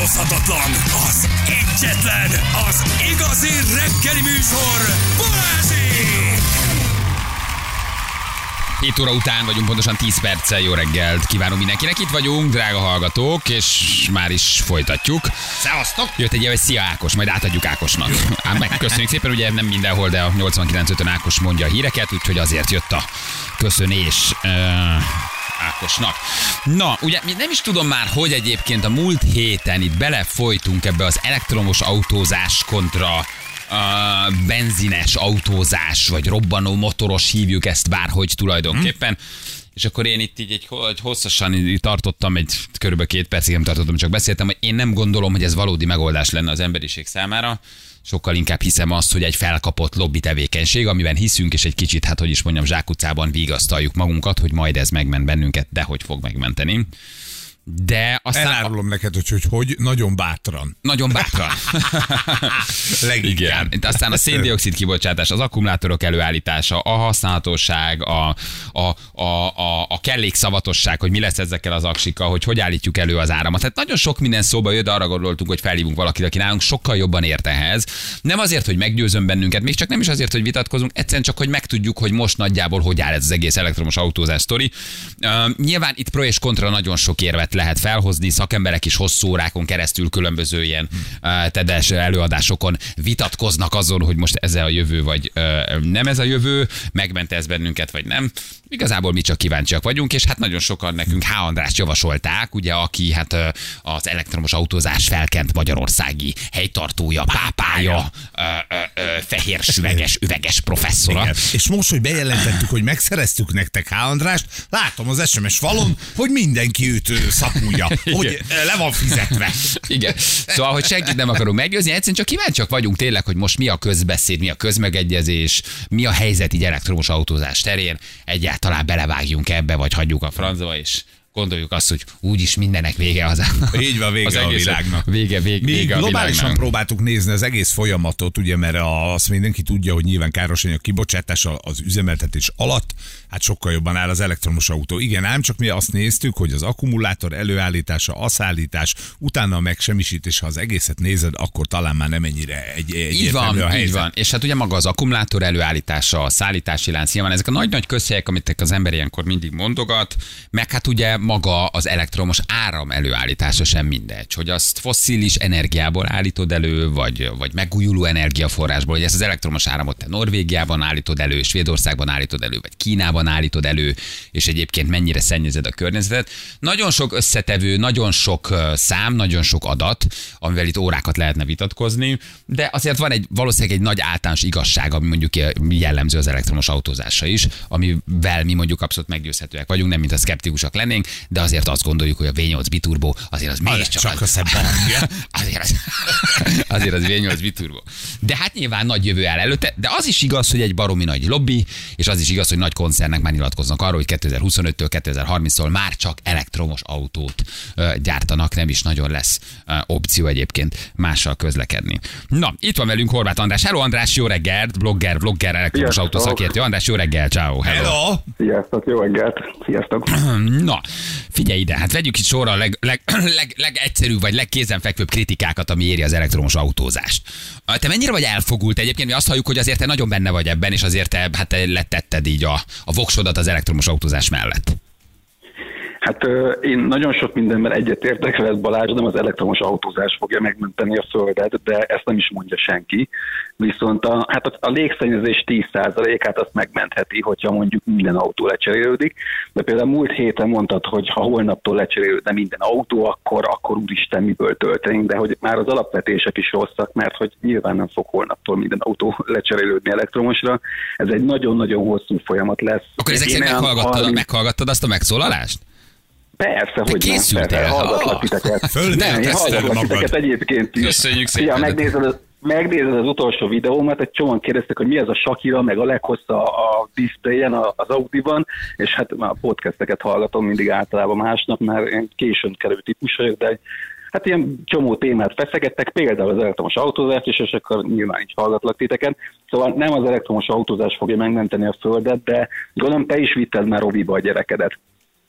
utánozhatatlan, az egyetlen, az igazi reggeli műsor, Balázsék! 7 óra után vagyunk, pontosan 10 perccel. Jó reggelt kívánunk mindenkinek. Itt vagyunk, drága hallgatók, és már is folytatjuk. Szevasztok! Jött egy szia Ákos, majd átadjuk Ákosnak. Köszönjük szépen, ugye nem mindenhol, de a 89.5-ön Ákos mondja a híreket, úgyhogy azért jött a köszönés Ákosnak. Na, ugye nem is tudom már, hogy egyébként a múlt héten itt belefolytunk ebbe az elektromos autózás kontra benzines autózás, vagy robbanó motoros, hívjuk ezt bárhogy tulajdonképpen. És akkor én itt így egy hosszasan tartottam, körülbelül 2 percig nem tartottam, csak beszéltem, hogy én nem gondolom, hogy ez valódi megoldás lenne az emberiség számára. Sokkal inkább hiszem azt, hogy egy felkapott lobby tevékenység, amiben hiszünk, és egy kicsit, hát hogy is mondjam, zsákutcában vigasztaljuk magunkat, hogy majd ez megment bennünket, de hogy fog megmenteni. De aztán... Elárulom neked, hogy nagyon bátran. Nagyon bátran. Igen. Aztán a széndioxid kibocsátás, az akkumulátorok előállítása, a használhatóság, a kellékszavatosság, hogy mi lesz ezekkel az aksikkal, hogy állítjuk elő az áramot. Tehát nagyon sok minden szóba jött, de arra gondoltunk, hogy felhívunk valakit, aki nálunk sokkal jobban ért ehhez. Nem azért, hogy meggyőzön bennünket, még csak nem is azért, hogy vitatkozunk, egyszerűen csak, hogy megtudjuk, hogy most nagyjából hogy áll ez az egész elektromos autózás sztori. Nyilván itt pro és kontra nagyon sok érvet lehet felhozni, szakemberek is hosszú órákon keresztül különböző ilyen tedes előadásokon vitatkoznak azon, hogy most ez a jövő, vagy nem ez a jövő, megment ez bennünket, vagy nem. Igazából mi csak kíváncsiak vagyunk, és hát nagyon sokan nekünk H. Andrást javasolták, ugye, aki hát az elektromos autózás felkent magyarországi helytartója, pápája, fehér süveges, üveges professzora. Igen. És most, hogy bejelentettük, hogy megszereztük nektek H. Andrást, látom az SMS falon, hogy mindenki őt szakúja, hogy le van fizetve. Igen. Szóval, hogy senkit nem akarunk meggyőzni, egyszerűen csak kíváncsiak vagyunk tényleg, hogy most mi a közbeszéd, mi a közmegegyezés, mi a helyzet így elektromos autózás terén. Egyáltalán belevágjunk ebbe, vagy hagyjuk a francba, és gondoljuk azt, hogy úgyis mindennek vége az. Így van, vége a világnak. Vége Mi globálisan próbáltuk nézni az egész folyamatot, ugye, mert azt mindenki tudja, hogy nyilván károsanyag kibocsátása az üzemeltetés alatt, hát sokkal jobban áll az elektromos autó. Igen, ám csak mi azt néztük, hogy az akkumulátor előállítása, a szállítás, utána a megsemmisítés, ha az egészet nézed, akkor talán már nem ennyire egyértelmű a helyzet. Így van. És hát ugye maga az akkumulátor előállítása, a szállítási lánc, nyilván ezek a nagy-nagy közhelyek, amit az ember ilyenkor mindig mondogat, meg hát ugye maga az elektromos áram előállítása sem mindegy, hogy azt fosszilis energiából állítod elő, vagy megújuló energiaforrásból, hogy ezt az elektromos áramot te Norvégiában állítod elő, Svédországban állítod elő, vagy Kínában állítod elő, és egyébként mennyire szennyezed a környezetet. Nagyon sok összetevő, nagyon sok szám, nagyon sok adat, amivel itt órákat lehetne vitatkozni, de azért van valószínűleg egy nagy általános igazság, ami mondjuk jellemző az elektromos autózásra is, amivel mi mondjuk abszolút meggyőzhetőek vagyunk, nem mint a szkeptikusak lennénk, de azért azt gondoljuk, hogy a V8 biturbo azért az mégiscsak a szebb hangja. azért az V8 biturbo. De hát nyilván nagy jövő áll előtte, de az is igaz, hogy egy baromi nagy lobby, és az is igaz, hogy nagy koncernek már nyilatkoznak arról, hogy 2025-től 2030-tól már csak elektromos autót gyártanak, nem is nagyon lesz opció egyébként mással közlekedni. Na, itt van velünk Horváth András. Hello András, jó reggelt, blogger, elektromos autószakértő. András, jó reggel, ciao. Hello. Sziasztok, jó reggelt. Sziasztok. Na, figyelj ide, hát vegyük itt sorra a legegyszerűbb vagy legkézenfekvőbb kritikákat, ami éri az elektromos autózást. Te mennyire vagy elfogult egyébként? Mi azt halljuk, hogy azért te nagyon benne vagy ebben, és azért te letetted így a voksodat az elektromos autózás mellett. Hát én nagyon sok mindenben egyetértek veled, Balázs, nem az elektromos autózás fogja megmenteni a Földet, de ezt nem is mondja senki. Viszont a légszennyezés 10%-át azt megmentheti, hogyha mondjuk minden autó lecserélődik. De például múlt héten mondtad, hogy ha holnaptól lecserélődne minden autó, akkor úristen miből töltenénk, de hogy már az alapvetések is rosszak, mert hogy nyilván nem fog holnaptól minden autó lecserélődni elektromosra. Ez egy nagyon-nagyon hosszú folyamat lesz. Akkor ezek szerint meghallgattad azt a megszólalást? Persze, te hogy készültél. nem. Hallgatlak titeket. Hallgatlak titeket egyébként is. Köszönjük szépen. Megnézed az utolsó videómat, egy csomóan kérdeztek, hogy mi az a Shakira, meg a leghossza a displayen az Audiban, és hát már a podcasteket hallgatom mindig általában másnap, mert én későn kerül típus vagyok, de hát ilyen csomó témát feszegettek, például az elektromos autózást is, és akkor nyilván így hallgatlak titeket. Szóval nem az elektromos autózás fogja megmenteni a Földet, de gondolom te is vitted már Roviba a gyerekedet.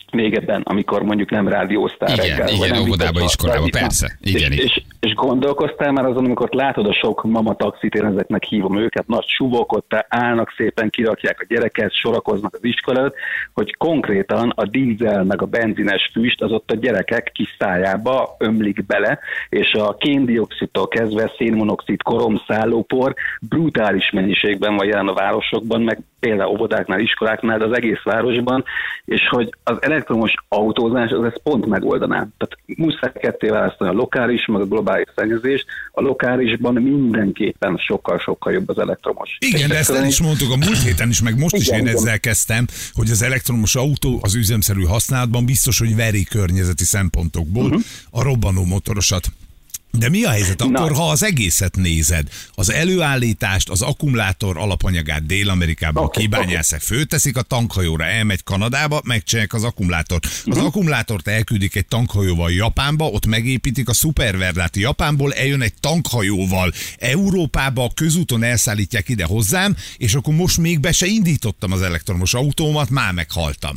régebben, amikor mondjuk nem rádióztál reggel. Igen, óvodába, iskolába, persze. Igen, és gondolkoztál már azon, amikor látod a sok mama taxit, én ezeknek hívom őket, nagy suvok, ott állnak szépen, kirakják a gyereket, sorakoznak az iskola előtt, hogy konkrétan a dízel meg a benzines füst az ott a gyerekek kis szájába ömlik bele, és a kén-dioxidtól kezdve szénmonoxid, koromszállópor brutális mennyiségben van jelen a városokban, meg például óvodáknál, iskoláknál, de az egész városban, és hogy az elektromos autózás az ezt pont megoldaná. Tehát muszáj ketté választani a lokális, meg a globális szennyezést. A lokálisban mindenképpen sokkal-sokkal jobb az elektromos. Igen, de ezt el is mondtuk a múlt héten is, meg most is én ezzel kezdtem, hogy az elektromos autó az üzemszerű használatban biztos, hogy veri környezeti szempontokból a robbanó motorosat. De mi a helyzet akkor, ha az egészet nézed? Az előállítást, az akkumulátor alapanyagát Dél-Amerikából kibányászák, fölteszik a tankhajóra, elmegy Kanadába, megcsinálják az akkumulátort. Az akkumulátort elküldik egy tankhajóval Japánba, ott megépítik a szuperverdát. Japánból eljön egy tankhajóval Európába, a közúton elszállítják ide hozzám, és akkor most még be se indítottam az elektromos autómat, már meghaltam.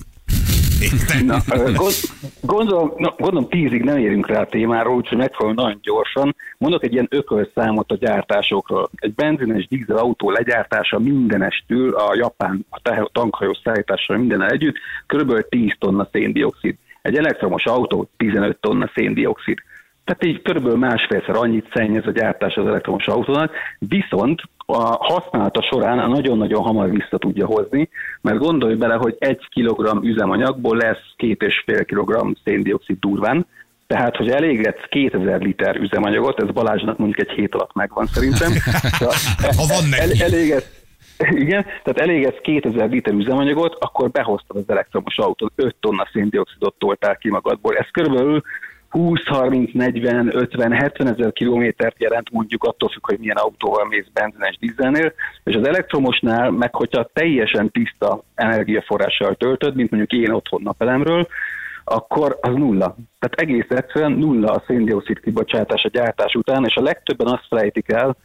Gondolom 10-ig nem érünk rá a témáról, úgyhogy megpróbálom nagyon gyorsan. Mondok egy ilyen ökölszámot a gyártásokról. Egy benzines dízel autó legyártása mindenestül, a japán a tankhajó szállítással minden együtt, kb. 10 tonna széndioxid. Egy elektromos autó 15 tonna széndioxid. Tehát így körülbelül másfélszer annyit szennyez a gyártás az elektromos autónak, viszont a használata során nagyon-nagyon hamar vissza tudja hozni, mert gondolj bele, hogy 1 kg üzemanyagból lesz 2,5 kg széndioxid durván, tehát, hogy elégetsz 2000 liter üzemanyagot, ez Balázsnak mondjuk egy hét alatt megvan szerintem. Ha van neki. Igen, tehát elégetsz 2000 liter üzemanyagot, akkor behoztad az elektromos autót, 5 tonna széndioxidot toltál ki magadból. Ez körülbelül 20, 30, 40, 50, 70 ezer kilométert jelent, mondjuk attól függ, hogy milyen autóval mész benzines dízelnél, és az elektromosnál, meg hogyha teljesen tiszta energiaforrással töltöd, mint mondjuk én otthon napelemről, akkor az nulla. Tehát egész egyszerűen nulla a széndioxid kibocsátás a gyártás után, és a legtöbben azt felejtik el,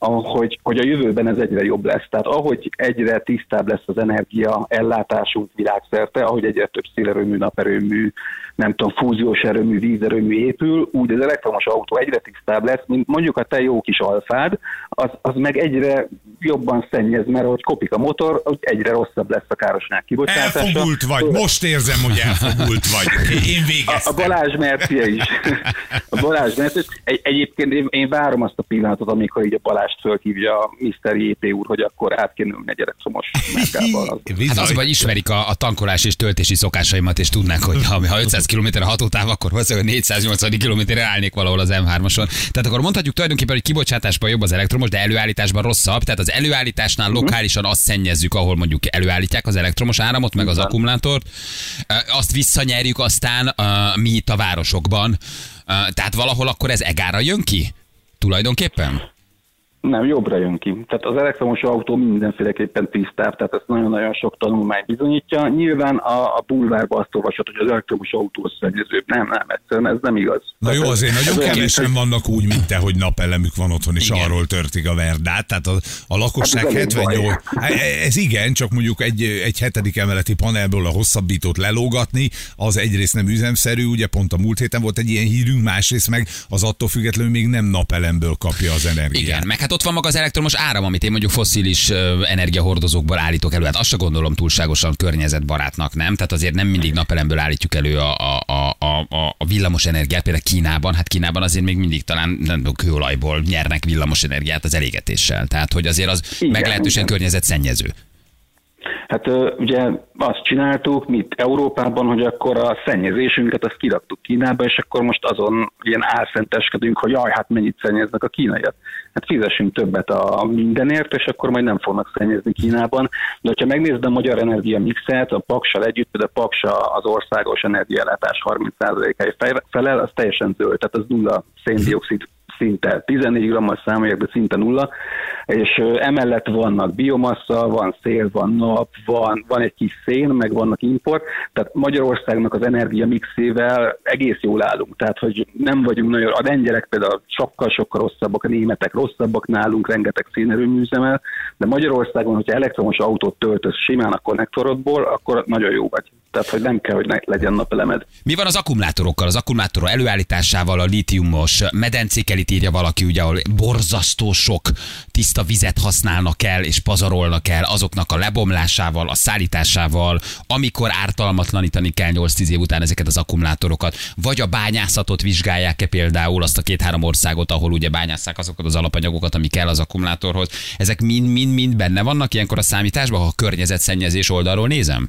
hogy a jövőben ez egyre jobb lesz. Tehát ahogy egyre tisztább lesz az energia ellátásunk világszerte, ahogy egyre több szélerőmű, naperőmű, nem tudom, fúziós erőmű, vízerőmű épül, úgy az elektromos autó egyre tisztább lesz, mint mondjuk a te jó kis alfád, az meg egyre jobban szennyez, mert hogy kopik a motor, egyre rosszabb lesz a károsanyag kibocsátása. Elfogult vagy, most érzem, hogy elfogult vagy. Én végeztem. A Balázs Mercia is. A Balázs Mercia is. Egyébként én várom azt a pillanatot, amikor így a Balást fölhívja a Mr. J.P. úr, hogy akkor át kéne ülni egy elektromos márkával. Hát az, hogy ismerik a tankolás és töltési szokásaimat, és tudnák, hogy ha 500 km a hatótáv, akkor valószínűleg 480 km-re állnék valahol az M3-oson. Tehát akkor mondhatjuk tulajdonképpen, hogy kibocsátásban jobb az elektromos, de előállításban rosszabb. Tehát az előállításnál lokálisan azt szennyezzük, ahol mondjuk előállítják az elektromos áramot, meg az akkumulátort. Azt visszanyerjük aztán mi itt a városokban. Tehát valahol akkor ez egára jön ki? Tulajdonképpen? Nem, jobbra jön ki. Tehát az elektromos autó mindenféleképpen tisztább, tehát ezt nagyon-nagyon sok tanulmány bizonyítja. Nyilván a bulvárban azt olvasott, hogy az elektromos autó szennyezőbb. Nem, egyszerűen ez nem igaz. Na jó, azért nagyon kevesen vannak úgy, mint te, hogy napelemük van otthon, és arról törtik a verdát. Tehát a lakosság hát 78... Ez igen, csak mondjuk egy 7. emeleti panelből a hosszabbítót lelógatni, az egyrészt nem üzemszerű, ugye pont a múlt héten volt egy ilyen hírünk, másrészt meg az attól függetlenül még nem napelemből kapja az energiát. Igen, meg hát ott van maga az elektromos áram, amit én mondjuk fosszilis energiahordozókból állítok elő. Hát azt se gondolom túlságosan környezetbarátnak, nem? Tehát azért nem mindig napelemből állítjuk elő a villamos energiát, például Kínában. Hát Kínában azért még mindig talán nem kőolajból nyernek villamos energiát az elégetéssel. Tehát, hogy azért az meglehetősen környezetszennyező. Hát ugye azt csináltuk, mi itt Európában, hogy akkor a szennyezésünket azt kiraktuk Kínába, és akkor most azon ilyen álszenteskedünk, hogy jaj, hát mennyit szennyeznek a kínaiak. Hát fizessünk többet a mindenért, és akkor majd nem fognak szennyezni Kínában. De ha megnézed a magyar energia mixet, a Paksal együtt, de a Paksa az országos energiaellátás 30%-áig felel, az teljesen zöld, tehát az nulla széndioxid szinte 14 grammal számolják, de szinte nulla, és emellett vannak biomassa, van szél, van nap, van egy kis szén, meg vannak import, tehát Magyarországnak az energia mixével egész jól állunk, tehát hogy nem vagyunk nagyon, a lengyelek például sokkal-sokkal rosszabbak, a németek rosszabbak nálunk, rengeteg szénerőmű üzemel, de Magyarországon, hogyha elektromos autót töltöz simán a konnektorodból, akkor nagyon jó vagy. Tehát, hogy nem kell, hogy legyen napelemed. Mi van az akkumulátorokkal, az akkumulátor előállításával, a lítiumos medencékkel, itt írja valaki, ugye, ahol borzasztó sok tiszta vizet használnak el, és pazarolnak el, azoknak a lebomlásával, a szállításával, amikor ártalmatlanítani kell 8-10 év után ezeket az akkumulátorokat, vagy a bányászatot vizsgálják-e például, azt a 2-3 országot, ahol ugye bányásszák azokat az alapanyagokat, ami kell az akkumulátorhoz. Ezek mind benne vannak ilyenkor a számításban, ha a környezetszennyezés oldalról nézem?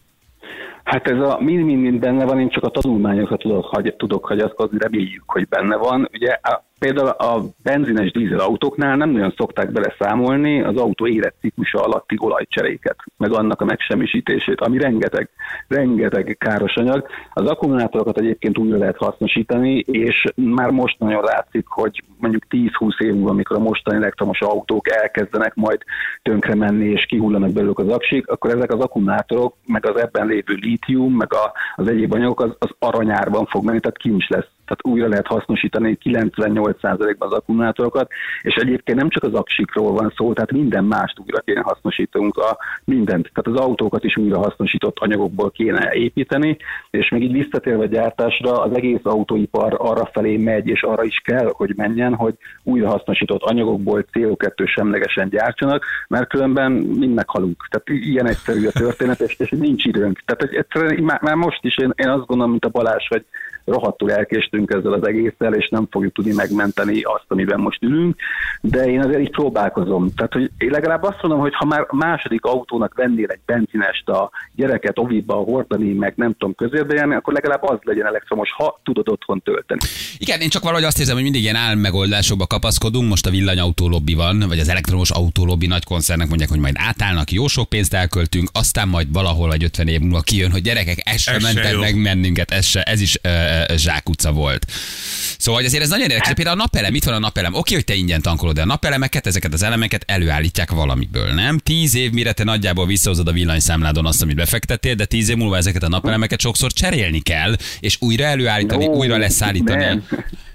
Hát ez a mind benne van, én csak a tanulmányokat tudok hagyatkozni, reméljük, hogy benne van. Ugye például a benzines dízel autóknál nem nagyon szokták beleszámolni az autó életciklusa alatti olajcseréket, meg annak a megsemmisítését, ami rengeteg káros anyag. Az akkumulátorokat egyébként újra lehet hasznosítani, és már most nagyon látszik, hogy mondjuk 10-20 év múlva, amikor a mostani elektromos autók elkezdenek majd tönkre menni, és kihullanak belőlük az aksik, akkor ezek az akkumulátorok, meg az ebben lévő lítium, meg az egyéb anyagok az aranyárban fog menni, tehát kincs lesz. Tehát újra lehet hasznosítani 98%-ban az akkumulátorokat, és egyébként nem csak az aksikról van szó, tehát minden mást újra kéne hasznosítunk, mindent. Tehát az autókat is újra hasznosított anyagokból kéne építeni, és még így visszatérve a gyártásra, az egész autóipar arra felé megy, és arra is kell, hogy menjen, hogy újra hasznosított anyagokból CO2 semlegesen gyártsanak, mert különben mind meghalunk. Tehát ilyen egyszerű a történet, és nincs időnk. Tehát egyszerűen már most is én azt gondolom, mint a Balázs, hogy rohadtul elkéstünk ezzel az egésszel, és nem fogjuk tudni megmenteni azt, amiben most ülünk, de én azért így próbálkozom. Tehát, hogy én legalább azt mondom, hogy ha már második autónak vennél egy benzinest, a gyereket oviba hordani, meg nem tudom közérbe járni, akkor legalább az legyen elektromos, ha tudod otthon tölteni. Igen, én csak valahogy azt érzem, hogy mindig ilyen álmegoldásokba kapaszkodunk, most a villanyautólobbi van, vagy az elektromos autólobbi nagy koncernek mondják, hogy majd átállnak, jó sok pénzt elköltünk, aztán majd valahol vagy 50 év múlva kijön, hogy gyerekek, ez sem mentek meg bennünket, ez is zsákutca volt. Szóval azért ez nagyon érdekes. Például a napelem, itt van a napelem. Oké, hogy te ingyen tankolod, de a napelemeket, ezeket az elemeket előállítják valamiből, nem? 10 év, mire te nagyjából visszahozod a villanyszámládon azt, amit befektettél, de 10 év múlva ezeket a napelemeket sokszor cserélni kell, és újra előállítani, újra leszállítani. Nem.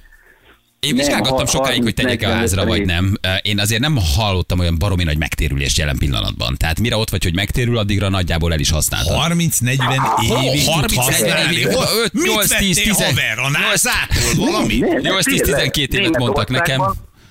Én vizsgálgattam sokáig, hogy tegyek a házra, vagy nem. Én azért nem hallottam olyan baromi nagy megtérülést jelen pillanatban. Tehát mire ott vagy, hogy megtérül, addigra nagyjából el is használtad. 30-40 évig 30-40 évig. 8-10-10 haver, a NASA-tól valami? 8-10-12 évet mondtak nekem.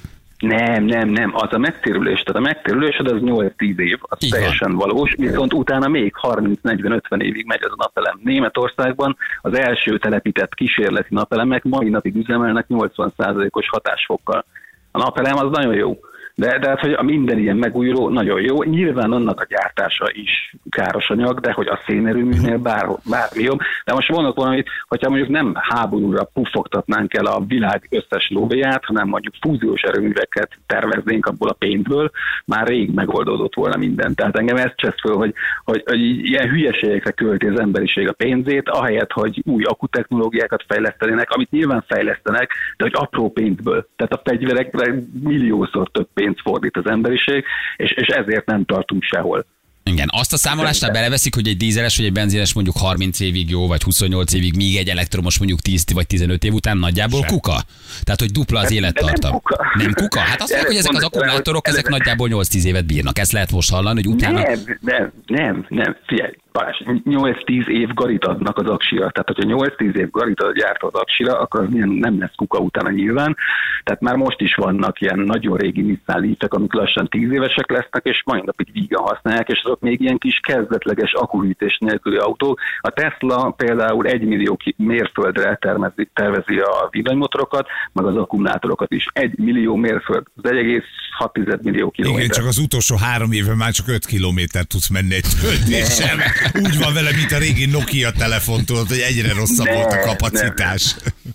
Nem. Az a megtérülés, tehát a megtérülésed az 8-10 év, az így teljesen van. Valós, viszont utána még 30-40-50 évig megy az a napelem. Németországban az első telepített kísérleti napelemek mai napig üzemelnek 80%-os hatásfokkal. A napelem az nagyon jó. De hát, hogy a minden ilyen megújuló nagyon jó. Nyilván annak a gyártása is káros anyag, de hogy a szénerőműnél bármi jobb. De most mondok valamit, hogyha mondjuk nem háborúra puffogtatnánk el a világ összes lóvéját, hanem mondjuk fúziós erőműveket terveznénk abból a pénzből, már rég megoldódott volna minden. Tehát engem ez csesz föl, hogy ilyen hülyeségekre költi az emberiség a pénzét, ahelyett, hogy új akkutechnológiákat fejlesztenének, amit nyilván fejlesztenek, de hogy apró pénzből. Tehát a fegyverekre milliószor több pénzt fordít az emberiség, és ezért nem tartunk sehol. Igen, azt a számolásnál beleveszik, hogy egy dízeles vagy egy benzines mondjuk 30 évig jó, vagy 28 évig, míg egy elektromos mondjuk 10 vagy 15 év után nagyjából kuka? Tehát, hogy dupla az élettartam. Nem kuka? Hát azt mondják, hogy ezek az akkumulátorok, ezek nagyjából 8-10 évet bírnak. Ezt lehet most hallani, hogy utána... Nem. Figyelj, Balázs, 8-10 év garit adnak az aksira. Tehát, hogyha 8-10 év garit gyárt az aksira, akkor az nem lesz kuka utána nyilván. Tehát már most is vannak ilyen nagyon régi Nissan Leaf-ek, amik lassan 10 évesek lesznek, és mai napig vígan használják, és azok még ilyen kis kezdetleges akkuhűtés nélküli autók. A Tesla például 1 millió mérföldre tervezi a villanymotorokat, meg az akkumulátorokat is. 1 millió mérföld, az 1,6 millió kilométer. Igen, csak az utolsó 3 évben már csak 5 kilométert tudsz menni egy töltéssel. Úgy van vele, mint a régi Nokia telefontól, hogy egyre rosszabb volt a kapacitás.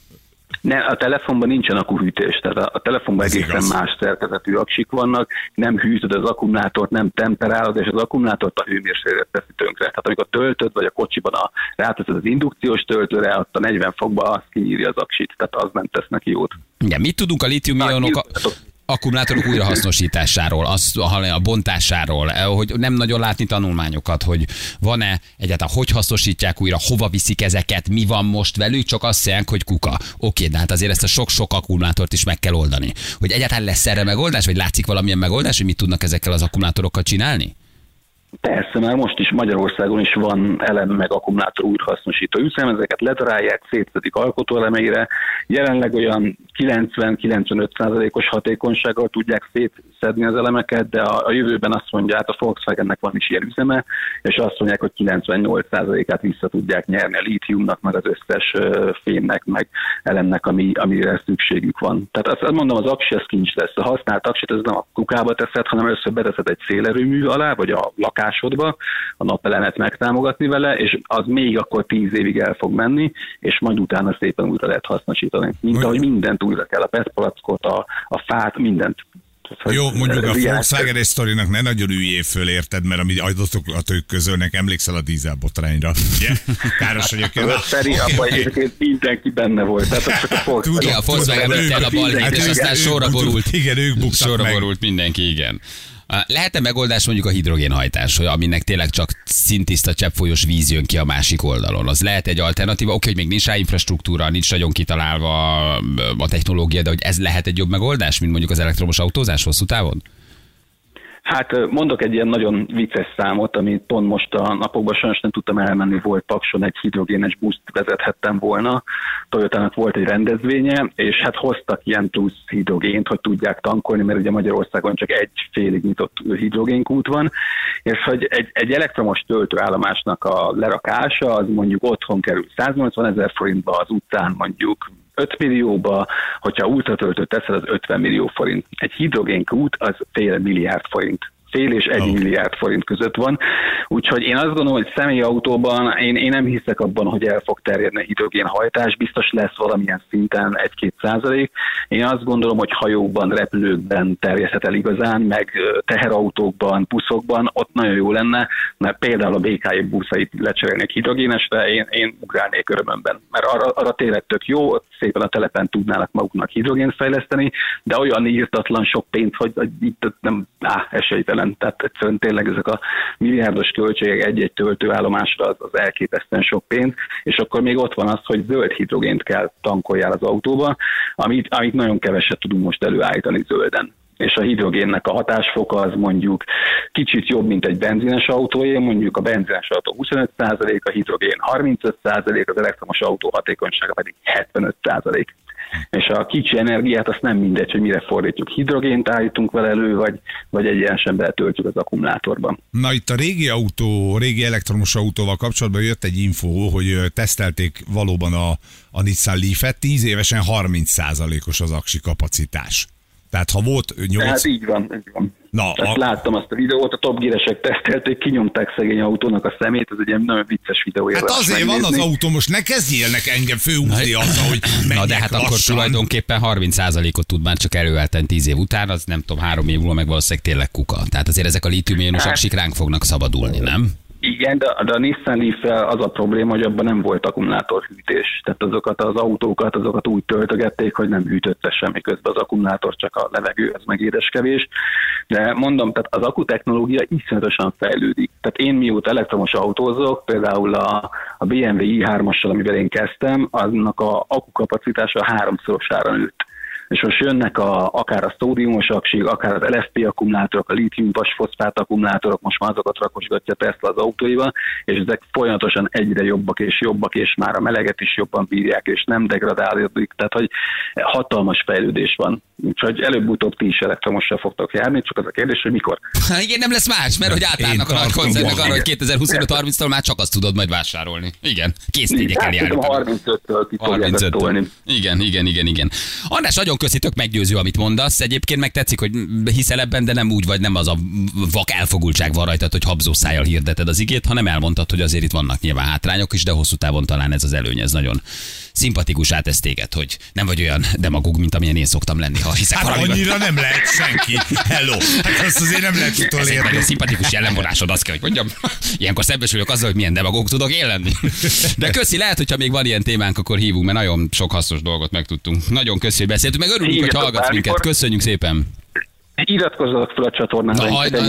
A telefonban nincsen akkuhűtés, tehát a telefonban ez egészen igaz. Más szerkezetű aksik vannak, nem hűtöd az akkumulátort, nem temperálod, és az akkumulátort a hőmérséklet teszi tönkre. Tehát amikor töltöd, vagy a kocsiban ráteszed az indukciós töltőre, ott a 40 fokba az kinyírja az aksit, tehát az nem tesz neki jót. Igen, mit tudunk a lítium-ionok akkumulátorok újrahasznosításáról, a bontásáról, hogy nem nagyon látni tanulmányokat, hogy van-e egyáltalán, hogy hasznosítják újra, hova viszik ezeket, mi van most velük, csak azt mondják, hogy kuka. Oké, de hát azért ezt a sok-sok akkumulátort is meg kell oldani. Hogy egyáltalán lesz erre megoldás, vagy látszik valamilyen megoldás, hogy mit tudnak ezekkel az akkumulátorokkal csinálni? Persze, már most is Magyarországon is van elem meg akkumulátor újrahasznosító üzem, ezeket ledarálják, szétszedik alkotóelemeire, jelenleg olyan 90-95%-os hatékonysággal tudják szétszedni az elemeket, de a jövőben azt mondja, hát a Volkswagennek van is ilyen üzeme, és azt mondják, hogy 98%-át vissza tudják nyerni a lítiumnak, meg az összes fémnek, meg elemnek, amire szükségük van. Tehát azt mondom, az aksi az kincs lesz. A használt aksit ez nem a kukába teszed, hanem először beteszed egy szélerőmű alá, vagy a lakásodba, a napelemet megtámogatni vele, és az még akkor 10 évig el fog menni, és majd utána szépen újra lehet hasznosítani. Mint ahogy mindent újra kell, a PET-palackot, a fát, mindent. Jó, mondjuk a Volkswagen sztorinak ne nagyon üljél föl, érted, mert ami adatokat ők közölnek, emlékszel a dízelbotrányra. Yeah? Káros, hogy Feri, abban egyébként mindenki benne volt. Tehát az csak a Volkswagen. Igen, a Volkswagen vitte el a balhét, és aztán sorra borult. Igen, ők buktak sorra borult mindenki, igen. Lehet-e megoldás mondjuk a hidrogénhajtás, aminek tényleg csak szintiszta cseppfolyós víz jön ki a másik oldalon? Az lehet egy alternatíva? Oké, hogy még nincs rá infrastruktúra, nincs nagyon kitalálva a technológia, de hogy ez lehet egy jobb megoldás, mint mondjuk az elektromos autózás hosszú távon? Hát mondok egy ilyen nagyon vicces számot, amit pont most a napokban sajnos nem tudtam elmenni, volt Pakson egy hidrogénes buszt vezethettem volna. Toyotának volt egy rendezvénye, és hát hoztak ilyen plusz hidrogént, hogy tudják tankolni, mert ugye Magyarországon csak egy félig nyitott hidrogénkút van, és hogy egy elektromos töltőállomásnak a lerakása, az mondjuk otthon kerül 180 000 forintba, az után mondjuk 5 millióba, hogyha ultratöltőt teszel, az 50 millió forint. Egy hidrogénkút az fél milliárd forint. Fél és 1 milliárd forint között van. Úgyhogy én azt gondolom, hogy személyautóban én nem hiszek abban, hogy el fog terjedni a hidrogénhajtás, biztos lesz valamilyen szinten 1-2%. Én azt gondolom, hogy hajókban, repülőkben terjedhet el igazán, meg teherautókban, buszokban, ott nagyon jó lenne, mert például a BKI buszait lecserélnék hidrogénesre, én ugrálnék örömömben. Mert arra tényleg tök jó, ott szépen a telepen tudnának maguknak hidrogént fejleszteni, de olyan írtatlan sok pénzt, hogy itt nem esélytelen. Tehát egyszerűen tényleg ezek a milliárdos költségek egy-egy töltőállomásra az elképesztően sok pénz, és akkor még ott van az, hogy zöld hidrogént kell tankoljál az autóba, amit nagyon keveset tudunk most előállítani zölden. És a hidrogénnek a hatásfoka az mondjuk kicsit jobb, mint egy benzines autóé, mondjuk a benzines autó 25%, a hidrogén 35%, az elektromos autó hatékonysága pedig 75%. És a kicsi energiát azt nem mindegy, hogy mire fordítjuk. Hidrogént állítunk vele elő, vagy egyenesen betöltjük az akkumulátorban. Na itt a régi elektromos autóval kapcsolatban jött egy info, hogy tesztelték valóban a Nissan Leaf-et, 10 évesen 30%-os az aksi kapacitás. Tehát ha volt 8... Tehát így van. Na, láttam azt a videót, a Top Gear-esek tesztelték, kinyomták szegény autónak a szemét, ez egy ilyen nagyon vicces videó. Hát azért van az autó, most ne kezdjél engem főúzni azzal, hogy na de hát lassan. Akkor tulajdonképpen 30%-ot tud már csak előállítani 10 év után, az nem tudom, 3 év múlva meg valószínűleg tényleg kuka. Tehát azért ezek a lítium-ionos aksik ránk fognak szabadulni, nem? Igen, de a Nissan Leaf-fel az a probléma, hogy abban nem volt akkumulátorhűtés. Tehát azokat az autókat, azokat úgy töltögették, hogy nem hűtötte semmi közben az akkumulátor, csak a levegő, ez meg édeskevés. De mondom, tehát az akkutechnológia iszonyatosan fejlődik. Tehát én mióta elektromos autózok, például a BMW i3-assal, amivel én kezdtem, annak a akkukapacitása 3-szorosára nőtt. És most jönnek akár a szódiumos aksik, akár az LFP akkumulátorok, a lítium-vas-foszfát akkumulátorok, most már azokat rakosgatja Tesla az autóival, és ezek folyamatosan egyre jobbak, és már a meleget is jobban bírják, és nem degradálódik, tehát hogy hatalmas fejlődés van. Úgyhogy előbb-utóbb ti is elektromossal fogtok járni, csak az a kérdés, hogy mikor. Igen, nem lesz más, mert hogy átállnak a nagy koncernek arra, hogy 2025-30-tól már csak azt tudod majd vásárolni. Igen, késztényekkel járni. 35-től ki fogják ezt tolni. Igen. András, nagyon köszi, tök meggyőző, amit mondasz. Egyébként meg tetszik, hogy hiszel ebben, de nem úgy vagy, nem az a vak elfogultság van rajtad, hogy habzószájjal hirdeted az igét, hanem elmondtad, hogy azért itt vannak nyilván hátrányok is, de hosszú távon talán ez az előny, ez nagyon szimpatikus átesz téged, hogy nem vagy olyan demagóg, mint amilyen én szoktam lenni, ha hiszek hát valamiben. Annyira nem lehet senki. Hello. Hát azt azért nem lehet utolérni. Ez egy szimpatikus jellemvonásod, azt kell, hogy mondjam. Ilyenkor szembesülök azzal, hogy milyen demagóg tudok én lenni. De köszi, lehet, hogyha még van ilyen témánk, akkor hívunk, mert nagyon sok hasznos dolgot megtudtunk. Nagyon köszi, hogy beszéltünk, meg örülünk, hogy hallgatsz minket. Köszönjük szépen. Iratkozzatok fel a csatornára.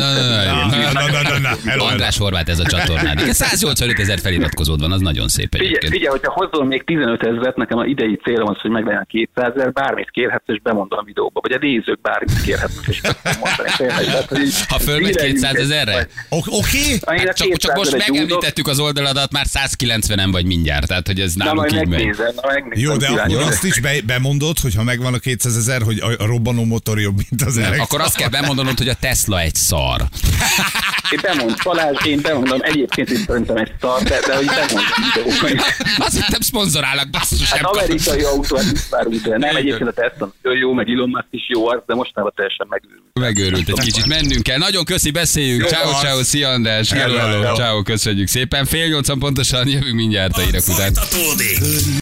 András Horváth ez a csatornád. 185 000 feliratkozód van, az nagyon szép egyébként. Figyelj, hogyha hozol még 15 000-et, nekem az idei célom az, hogy meglegyen 200 000, bármit kérhetsz, és bemondom a videóba. Vagy a nézők bármit kérhetnek, és mondani. Ha fölmegy 200 000-re? Oké. Csak most megemlítettük az oldaladat, már 190-en vagy mindjárt, tehát hogy ez nálunk így megy. Jó, de akkor azt is bemondod, hogy ha megvan a 200 000, hogy a robbanó motor jobb, mint az elektromos. Akkor azt kell bemondanod, hogy a Tesla egy szar. Én bemondom, egyébként is szerintem egy szar, de hogy bemondom. Azt hittem szponzorálnak, basszus. Hát amerikai autó, hát iszpárunk, de nem egyébként a Tesla jó, meg Elon Musk is jó az, de mostanában teljesen megőrült. Megőrült egy kicsit, mennünk kell. Nagyon köszi, beszéljünk. Ciao, szia András. Hello. Ciao, köszönjük szépen. 7:30 pontosan jövünk mindjárt a hírek után.